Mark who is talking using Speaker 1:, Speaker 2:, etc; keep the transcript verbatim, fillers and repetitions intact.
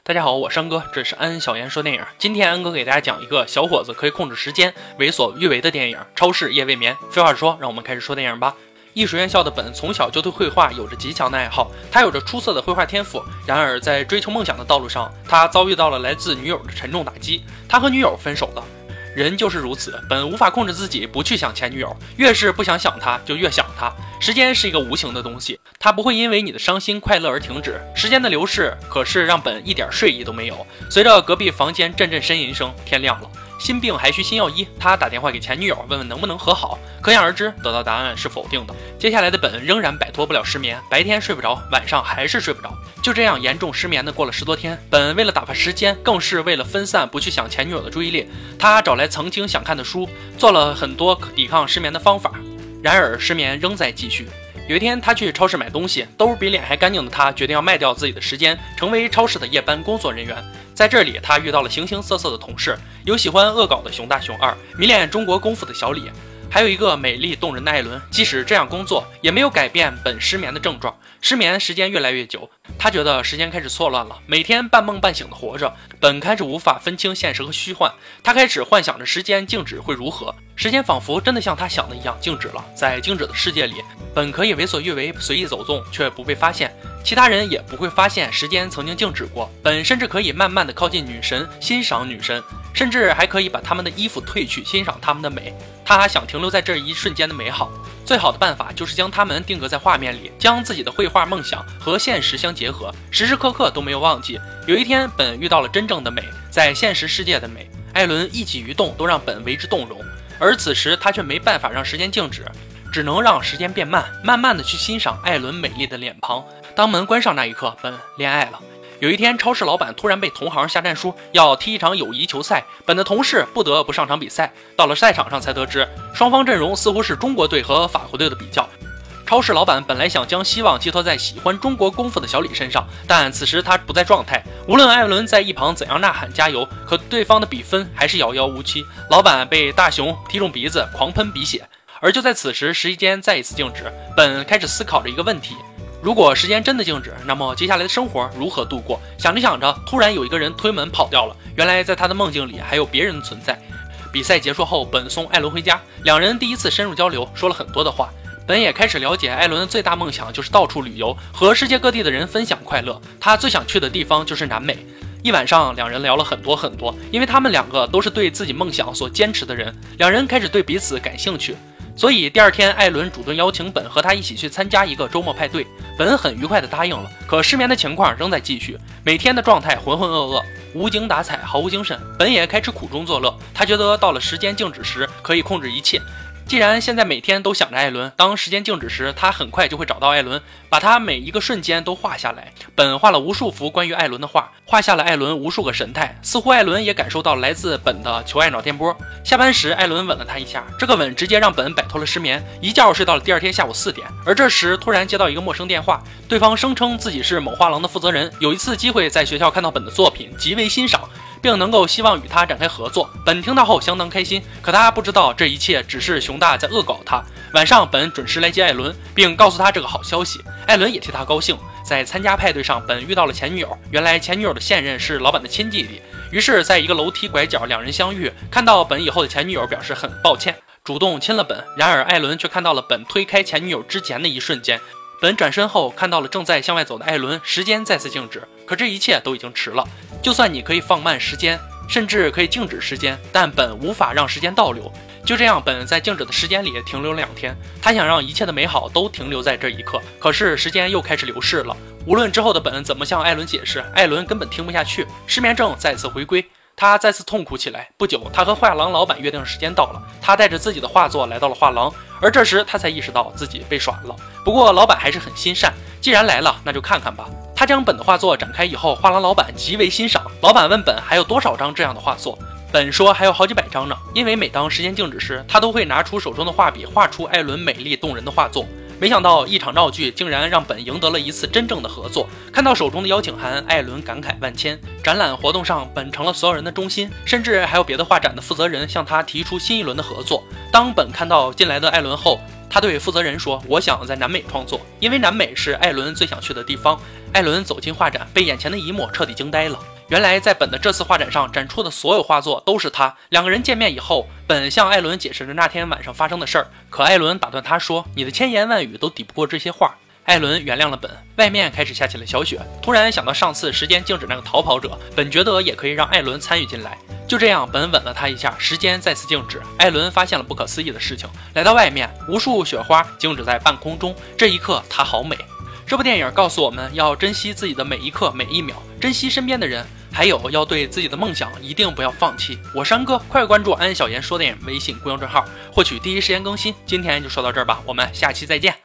Speaker 1: 大家好，我是安哥，这是安小言说电影。今天安哥给大家讲一个小伙子可以控制时间、为所欲为的电影《超市夜未眠》。废话说，让我们开始说电影吧。艺术院校的本从小就对绘画有着极强的爱好，他有着出色的绘画天赋。然而，在追求梦想的道路上，他遭遇到了来自女友的沉重打击，他和女友分手了。人就是如此，本无法控制自己不去想前女友，越是不想想她，就越想她。时间是一个无形的东西，它不会因为你的伤心快乐而停止。时间的流逝可是让本一点睡意都没有。随着隔壁房间阵阵呻吟声，天亮了。心病还需心药医，他打电话给前女友问问能不能和好，可想而知得到答案是否定的。接下来的本仍然摆脱不了失眠，白天睡不着，晚上还是睡不着，就这样严重失眠的过了十多天。本为了打发时间，更是为了分散不去想前女友的注意力，他找来曾经想看的书，做了很多抵抗失眠的方法。然而失眠仍在继续。有一天他去超市买东西，兜比脸还干净的他决定要卖掉自己的时间，成为超市的夜班工作人员。在这里他遇到了形形色色的同事，有喜欢恶搞的熊大熊二，迷恋中国功夫的小李，还有一个美丽动人的艾伦。即使这样工作，也没有改变本失眠的症状。失眠时间越来越久，他觉得时间开始错乱了，每天半梦半醒的活着。本开始无法分清现实和虚幻，他开始幻想着时间静止会如何。时间仿佛真的像他想的一样静止了，在静止的世界里，本可以为所欲为，随意走动，却不被发现，其他人也不会发现时间曾经静止过。本甚至可以慢慢的靠近女神，欣赏女神，甚至还可以把她们的衣服褪去，欣赏她们的美。他想停留在这一瞬间的美好，最好的办法就是将它们定格在画面里，将自己的绘画梦想和现实相结合，时时刻刻都没有忘记。有一天，本遇到了真正的美，在现实世界的美。艾伦一举一动都让本为之动容，而此时他却没办法让时间静止，只能让时间变慢，慢慢的去欣赏艾伦美丽的脸庞。当门关上那一刻，本恋爱了。有一天，超市老板突然被同行下战书，要踢一场友谊球赛，本的同事不得不上场比赛。到了赛场上才得知，双方阵容似乎是中国队和法国队的比较。超市老板本来想将希望寄托在喜欢中国功夫的小李身上，但此时他不在状态，无论艾伦在一旁怎样呐喊加油，可对方的比分还是遥遥无期。老板被大熊踢中鼻子，狂喷鼻血。而就在此时，时间再一次静止，本开始思考着一个问题：如果时间真的静止，那么接下来的生活如何度过？想着想着，突然有一个人推门跑掉了，原来在他的梦境里还有别人的存在。比赛结束后，本送艾伦回家，两人第一次深入交流，说了很多的话。本也开始了解艾伦的最大梦想就是到处旅游，和世界各地的人分享快乐。他最想去的地方就是南美。一晚上，两人聊了很多很多，因为他们两个都是对自己梦想所坚持的人，两人开始对彼此感兴趣。所以第二天，艾伦主动邀请本和他一起去参加一个周末派对，本很愉快地答应了。可失眠的情况仍在继续，每天的状态浑浑噩噩，无精打采，毫无精神。本也开始苦中作乐，他觉得到了时间静止时可以控制一切。既然现在每天都想着艾伦，当时间静止时，他很快就会找到艾伦，把他每一个瞬间都画下来。本画了无数幅关于艾伦的画，画下了艾伦无数个神态，似乎艾伦也感受到来自本的求爱脑电波。下班时，艾伦吻了他一下，这个吻直接让本摆脱了失眠，一觉睡到了第二天下午四点。而这时突然接到一个陌生电话，对方声称自己是某画廊的负责人，有一次机会在学校看到本的作品，极为欣赏，并能够希望与他展开合作。本听到后相当开心，可他不知道这一切只是熊大在恶搞他。晚上，本准时来接艾伦，并告诉他这个好消息，艾伦也替他高兴。在参加派对上，本遇到了前女友，原来前女友的现任是老板的亲弟弟。于是在一个楼梯拐角，两人相遇，看到本以后的前女友表示很抱歉，主动亲了本。然而艾伦却看到了本推开前女友之前的一瞬间。本转身后看到了正在向外走的艾伦，时间再次静止，可这一切都已经迟了。就算你可以放慢时间，甚至可以静止时间，但本无法让时间倒流。就这样，本在静止的时间里停留了两天，他想让一切的美好都停留在这一刻，可是时间又开始流逝了。无论之后的本怎么向艾伦解释，艾伦根本听不下去，失眠症再次回归，他再次痛哭起来。不久，他和画廊老板约定时间到了，他带着自己的画作来到了画廊，而这时他才意识到自己被耍了。不过老板还是很心善，既然来了，那就看看吧。他将本的画作展开以后，画廊老板极为欣赏。老板问本还有多少张这样的画作，本说还有好几百张呢，因为每当时间静止时，他都会拿出手中的画笔画出艾伦美丽动人的画作。没想到一场闹剧竟然让本赢得了一次真正的合作。看到手中的邀请函，艾伦感慨万千。展览活动上，本成了所有人的中心，甚至还有别的画展的负责人向他提出新一轮的合作。当本看到进来的艾伦后，他对负责人说，我想在南美创作，因为南美是艾伦最想去的地方。艾伦走进画展，被眼前的一幕彻底惊呆了。 原来在本的这次画展上展出的所有画作都是他。两个人见面以后，本向艾伦解释着那天晚上发生的事儿，可艾伦打断他说：“你的千言万语都抵不过这些话。”艾伦原谅了本。外面开始下起了小雪，突然想到上次时间静止那个逃跑者，本觉得也可以让艾伦参与进来。就这样，本吻了他一下，时间再次静止。艾伦发现了不可思议的事情，来到外面，无数雪花静止在半空中，这一刻他好美。这部电影告诉我们要珍惜自己的每一刻每一秒，珍惜身边的人，还有要对自己的梦想一定不要放弃。我是安哥，快关注安小言说电影微信公众账号，获取第一时间更新。今天就说到这儿吧，我们下期再见。